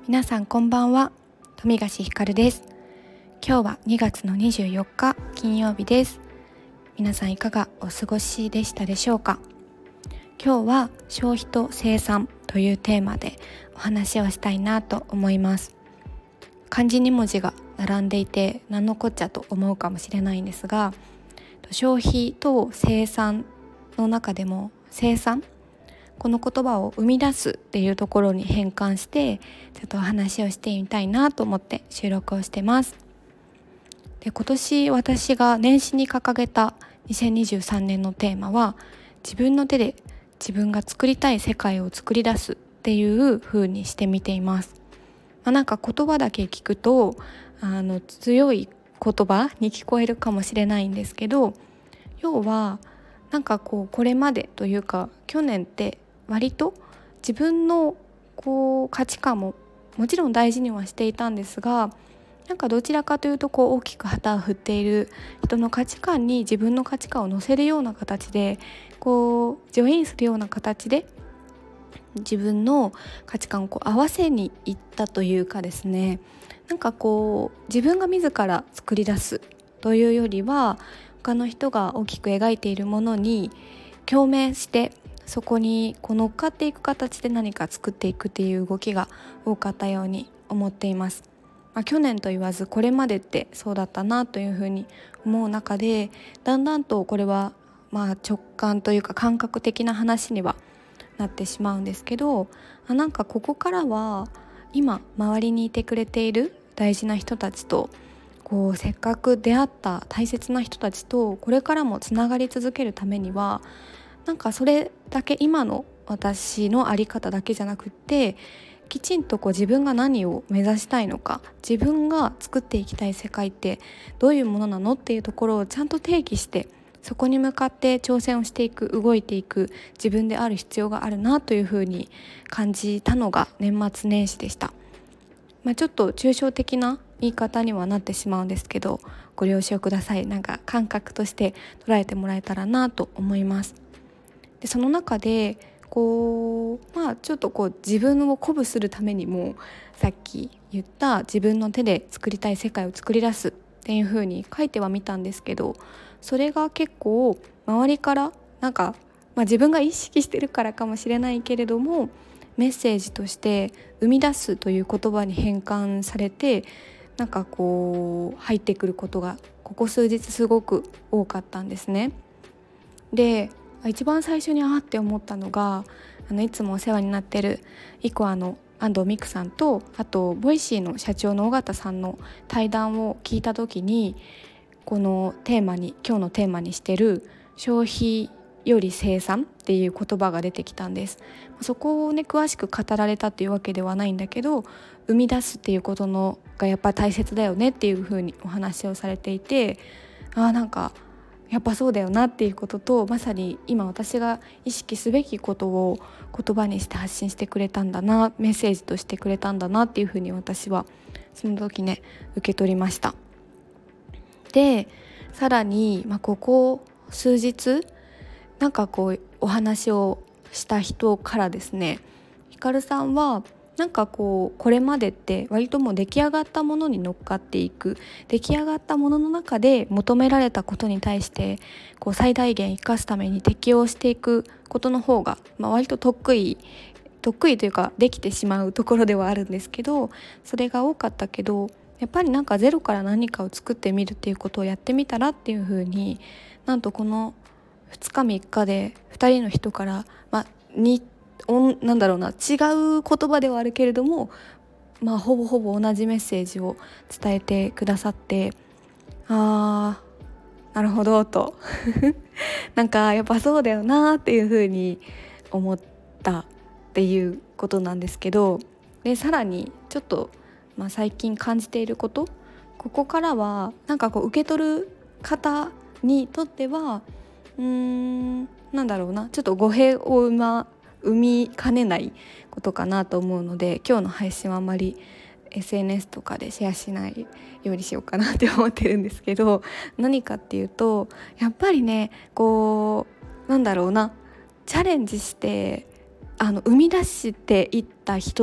皆さんこんばんは。富樫ひかるです。今日は2月の24日金曜日です。皆さんいかがお過ごしでしたでしょうか。今日は消費と生産というテーマでお話をしたいなと思います。漢字2文字が並んでいて何のこっちゃと思うかもしれないんですが、消費と生産の中でも生産、この言葉を生み出すっていうところに変換してちょっとお話をしてみたいなと思って収録をしてます。で、今年私が年始に掲げた2023年のテーマは、自分の手で自分が作りたい世界を作り出すっていう風にしてみています。なんか言葉だけ聞くと強い言葉に聞こえるかもしれないんですけど、要はなんかこれまでというか去年って割と自分の価値観ももちろん大事にはしていたんですが、なんかどちらかというと大きく旗を振っている人の価値観に自分の価値観を乗せるような形でジョインするような形で自分の価値観を合わせにいったというかですね、なんか自分が自ら作り出すというよりは、他の人が大きく描いているものに共鳴してそこに乗っかっていく形で何か作っていくっていう動きが多かったように思っています。去年と言わずこれまでってそうだったなというふうに思う中で、だんだんとこれは直感というか感覚的な話にはなってしまうんですけど、なんかここからは今周りにいてくれている大事な人たちとせっかく出会った大切な人たちとこれからもつながり続けるためには、なんかそれだけ今の私の在り方だけじゃなくって、きちんと自分が何を目指したいのか、自分が作っていきたい世界ってどういうものなのっていうところをちゃんと定義して、そこに向かって挑戦をしていく、動いていく自分である必要があるなというふうに感じたのが年末年始でした。ちょっと抽象的な言い方にはなってしまうんですけど、ご了承ください。なんか感覚として捉えてもらえたらなと思います。で、その中でちょっと自分を鼓舞するためにも、さっき言った自分の手で作りたい世界を作り出すっていう風に書いてはみたんですけど、それが結構周りからなんか、自分が意識してるからかもしれないけれども、メッセージとして生み出すという言葉に変換されて、なんか入ってくることがここ数日すごく多かったんですね。で、一番最初にって思ったのが、いつもお世話になってるイコアの安藤美久さんと、あとボイシーの社長の尾形さんの対談を聞いた時に、この今日のテーマにしてる消費より生産っていう言葉が出てきたんです。そこをね詳しく語られたっていうわけではないんだけど、生み出すっていうことがやっぱり大切だよねっていうふうにお話をされていて、なんかやっぱそうだよなっていうことと、まさに今私が意識すべきことを言葉にして発信してくれたんだな、メッセージとしてくれたんだなっていうふうに私はその時ね受け取りました。で、さらに、ここ数日なんかお話をした人からですね、ひかるさんはなんかこれまでって割ともう出来上がったものに乗っかっていく、出来上がったものの中で求められたことに対して最大限生かすために適応していくことの方が、割と得意というかできてしまうところではあるんですけど、それが多かったけど、やっぱりなんかゼロから何かを作ってみるっていうことをやってみたらっていう風に、なんとこの2日3日で2人の人から、なんだろうな、違う言葉ではあるけれども、ほぼほぼ同じメッセージを伝えてくださって、なるほどとなんかやっぱそうだよなっていう風に思ったっていうことなんですけど、でさらにちょっと、最近感じていること、ここからはなんか受け取る方にとってはなんだろうな、ちょっと語弊を生みかねないことかなと思うので、今日の配信はあまり SNS とかでシェアしないようにしようかなって思ってるんですけど、何かっていうと、やっぱりねなんだろうな、チャレンジして生み出していった人っ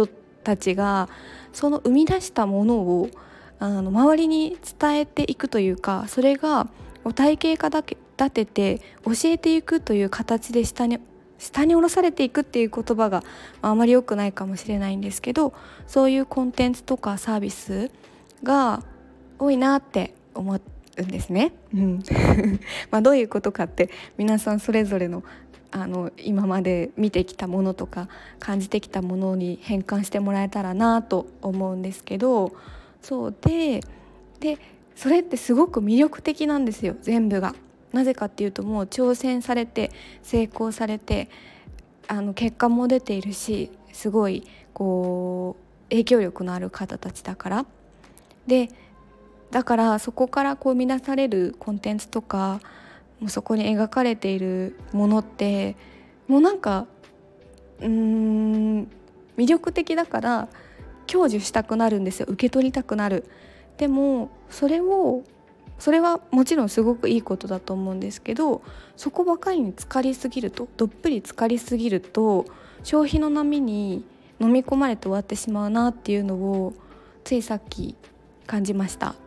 たちがその生み出したものを周りに伝えていくというか、それが体系化立てて教えていくという形で下に下ろされていくっていう言葉があまり良くないかもしれないんですけど、そういうコンテンツとかサービスが多いなって思うんですね、どういうことかって皆さんそれぞれの今まで見てきたものとか感じてきたものに変換してもらえたらなと思うんですけど、そうでそれってすごく魅力的なんですよ、全部が。なぜかっていうと、もう挑戦されて成功されて結果も出ているし、すごい影響力のある方たちだからだからそこから生み出されるコンテンツとか、もうそこに描かれているものってもう魅力的だから享受したくなるんですよ、受け取りたくなる。でもそれはもちろんすごくいいことだと思うんですけど、そこばかりにどっぷり浸かりすぎると消費の波に飲み込まれて終わってしまうなっていうのをついさっき感じました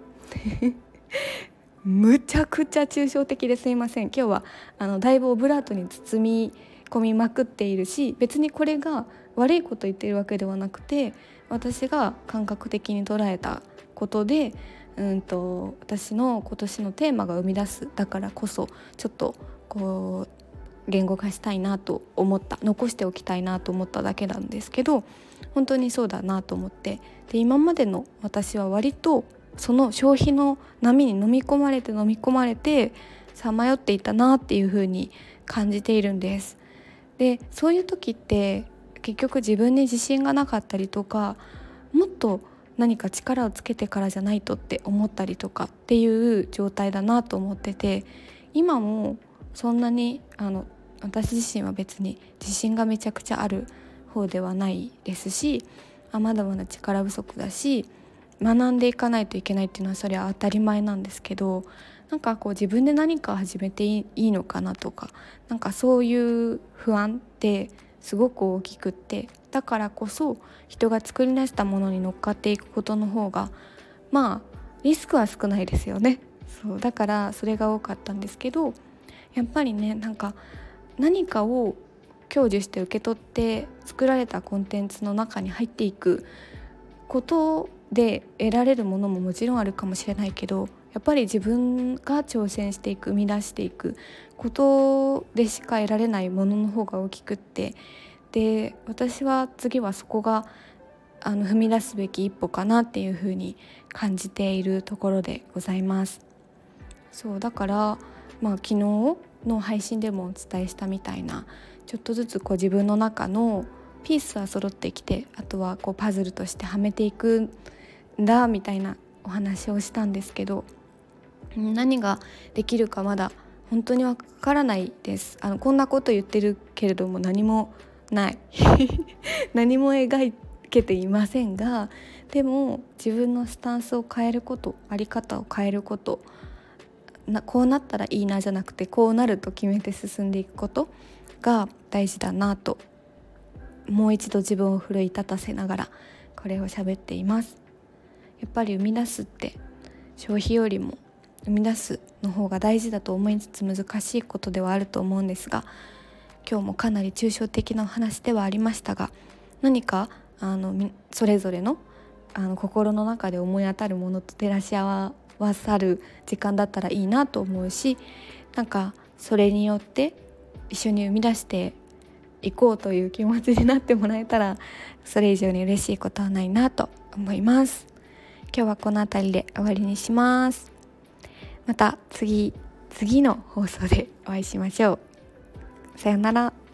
むちゃくちゃ抽象的ですいません。今日はだいぶオブラートに包み込みまくっているし、別にこれが悪いこと言っているわけではなくて、私が感覚的に捉えたことで私の今年のテーマが生み出すだからこそ、ちょっと言語化したいなと思った、残しておきたいなと思っただけなんですけど、本当にそうだなと思って、で今までの私は割とその消費の波に飲み込まれてさまよっていたなっていう風に感じているんです。でそういう時って結局自分に自信がなかったりとか、もっと何か力をつけてからじゃないとって思ったりとかっていう状態だなと思ってて、今もそんなに私自身は別に自信がめちゃくちゃある方ではないですし、まだまだ力不足だし、学んでいかないといけないっていうのはそれは当たり前なんですけど、自分で何か始めていいのかなとか、そういう不安ってすごく大きくって、だからこそ人が作り出したものに乗っかっていくことの方がリスクは少ないですよね。そうだからそれが多かったんですけど、やっぱりね何かを享受して受け取って作られたコンテンツの中に入っていくことで得られるものももちろんあるかもしれないけど、やっぱり自分が挑戦していく、生み出していくことでしか得られないものの方が大きくって、で私は次はそこが踏み出すべき一歩かなっていうふうに感じているところでございます。そうだから昨日の配信でもお伝えしたみたいな、ちょっとずつ自分の中のピースは揃ってきて、あとはパズルとしてはめていくんだみたいなお話をしたんですけど、何ができるかまだ本当にわからないです。こんなこと言ってるけれども何もない何も描けていませんが、でも自分のスタンスを変えること、あり方を変えること、こうなったらいいなじゃなくてこうなると決めて進んでいくことが大事だなと、もう一度自分を奮い立たせながらこれを喋っています。やっぱり生み出すって消費よりも生み出すの方が大事だと思いつつ難しいことではあると思うんですが、今日もかなり抽象的なお話ではありましたが、何かそれぞれの心の中で思い当たるものと照らし合わさる時間だったらいいなと思うし、それによって一緒に生み出していこうという気持ちになってもらえたら、それ以上に嬉しいことはないなと思います。今日はこの辺りで終わりにします。また次の放送でお会いしましょう。さよなら。